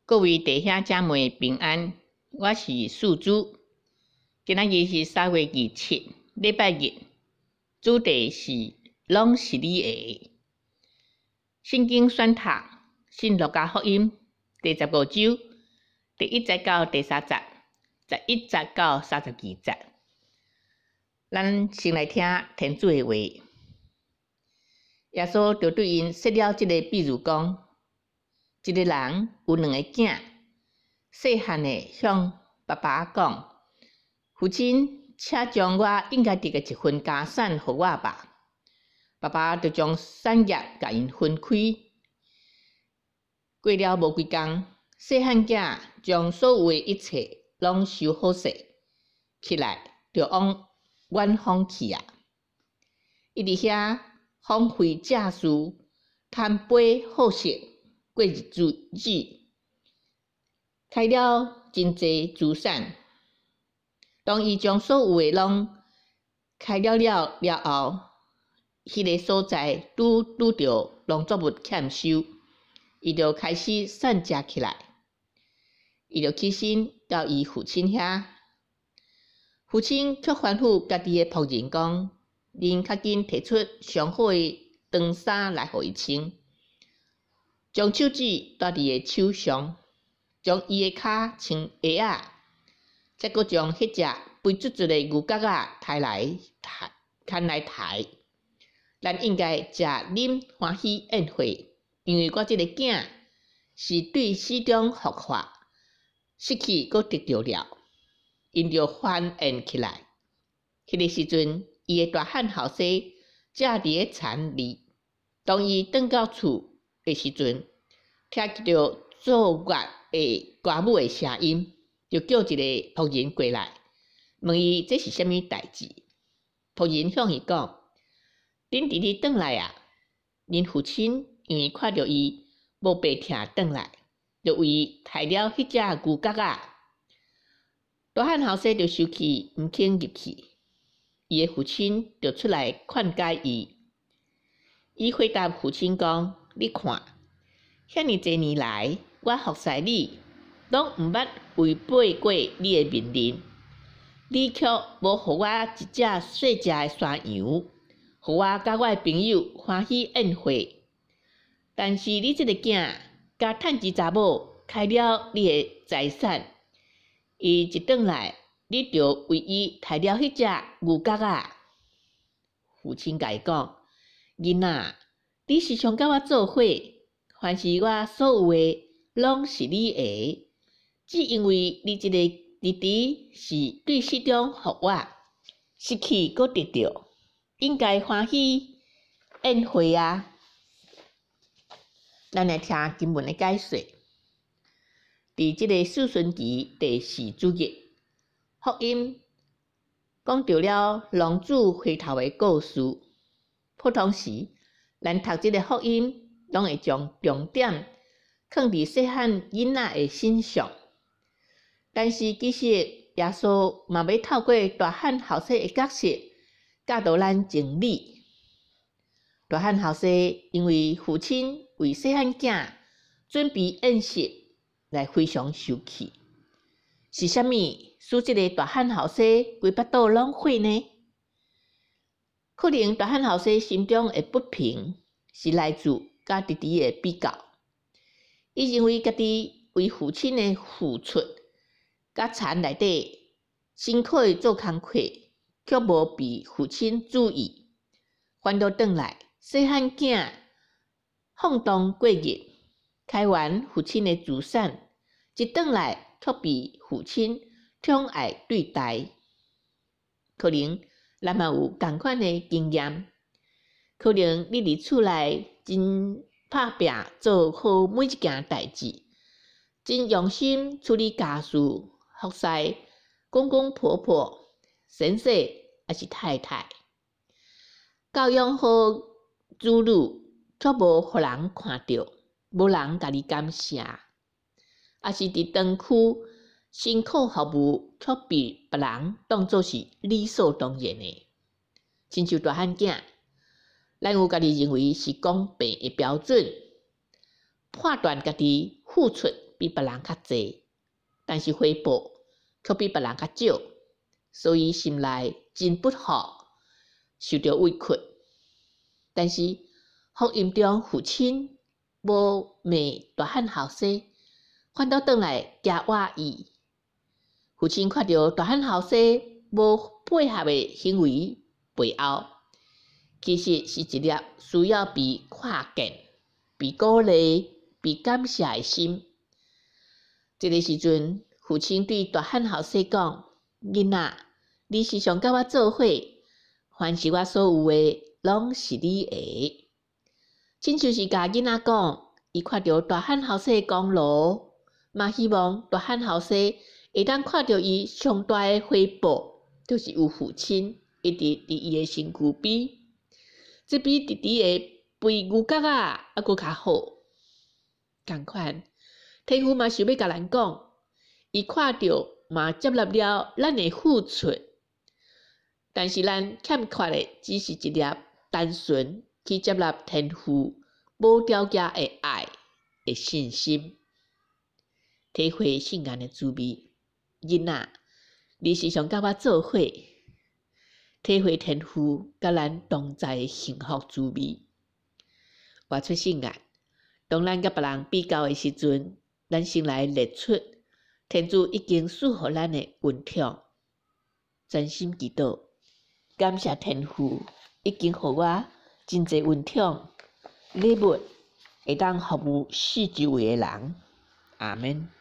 各位弟兄姐妹平安，我是素珠。今仔日是3月27，礼拜日，主题是拢是你的。圣经选读圣路加福音第15章第1节到第3节，11节到32节。咱先来听天主的话。耶稣就对因说了这个比喻讲。一个人有2个囝，细汉的向爸爸讲：“父亲，请将我应该得的1份家产给我吧。”爸爸就将产业甲因分开。过了无几工，细汉囝将所有的一切拢收好势，起来就往远方去啊！伊伫遐荒废家事，贪杯好色。过日子，开了真侪资产。当伊将所有的拢开了后，迄个所在拄着农作物欠收，伊就开始散食起来。伊就起身到伊父亲遐，父亲却吩咐家己的仆人讲：“恁较紧摕出上好的长衫来互伊穿。”将手指搭伫个手上，将伊的骹穿鞋仔，再搁将迄只肥嘟嘟的牛角仔牵来抬。咱应该食啉欢喜宴会，因为我即个囝是对死中复活，失去搁得着了，因就欢宴起来。迄个时阵，伊的大汉后生正伫个田里，当伊转到厝的时阵，听到奏乐的歌舞的声音，就叫一个仆人过来，问伊这是啥物代志。仆人向伊讲：“恁弟弟转来啊！恁父亲因为看到伊无白疼转来，就为伊抬了迄只牛角仔。”大汉后生就生气，毋肯入去。伊的父亲就出来劝解伊。伊回答父亲讲：“你看，遐尼侪年来，我服侍你，拢毋捌违背过你的命令，你却无互我一只细只的山羊，互我甲我的朋友欢喜宴会。但是你即个囝，甲趁钱查某开了你的财产，伊一转来，你就为伊抬了迄只牛角仔。”父亲甲伊讲：“囡仔，你时常甲我做伙。凡是我所有的，拢是你的，只因为你这个弟弟是对死中复活，失去搁得着，应该欢喜宴会啊！”咱来听经文的解说。伫这个四旬期第4主日，福音讲到了浪子回头的故事。普通时，咱读这个福音，拢会将重点放伫细汉囡仔的身上，但是其实耶稣嘛要透过大汉后生的角色教导咱情理。大汉后生因为父亲为细汉囝准备宴席，来非常生气。是啥物使这个大汉后生规巴肚拢火呢？可能大汉后生心中的不平是来自甲弟弟的比较，伊认为家己为父亲的付出，甲田内底辛苦的做工课，却无被父亲注意，反倒转来细汉囝放荡过日，开完父亲的资产，一转来却被父亲宠爱对待。可能咱嘛有同款的经验，可能你伫厝内真拍拼做好每一件代志，真用心处理家事、服侍公公婆婆、先生还是太太，教养好子女，却无互人看到，无人甲你感谢，还是伫堂区辛苦服务，却被别人当作是理所当然的。亲像大汉囝，咱有家己认为是公平的标准，判断家己付出比别人较济，但是回报却比别人较少，所以心内真不服，受着委屈。但是福音中父亲无骂大汉后生，反倒转来加话伊。父亲看到大汉后生无配合的行为背后，其实是一粒需要被看见、被鼓励、被感谢的心。这个时阵，父亲对大汉后生讲：“囡仔，你时常甲我做伙，凡是我所有的，拢是你的。”亲像是甲囡仔讲，伊看到大汉后生的功劳，嘛希望大汉后生会当看到伊上大的回报，就是有父亲一直伫伊的身躯边，这比直直的肥牛角啊还佫较好。同款，天父嘛想要甲咱讲，伊看到嘛接纳了咱的付出，但是咱欠缺的只是一粒单纯去接纳天父无条件的爱的信心，体会圣言的滋味。囡仔，你时常甲我做伙，体会天父甲咱同在的幸福滋味。活出圣言，当咱甲别人比较的时阵，咱心内列出天主已经赐予咱的恩宠，真心祈祷，感谢天父已经予我真侪恩宠礼物，会当服务四周围的人。阿们。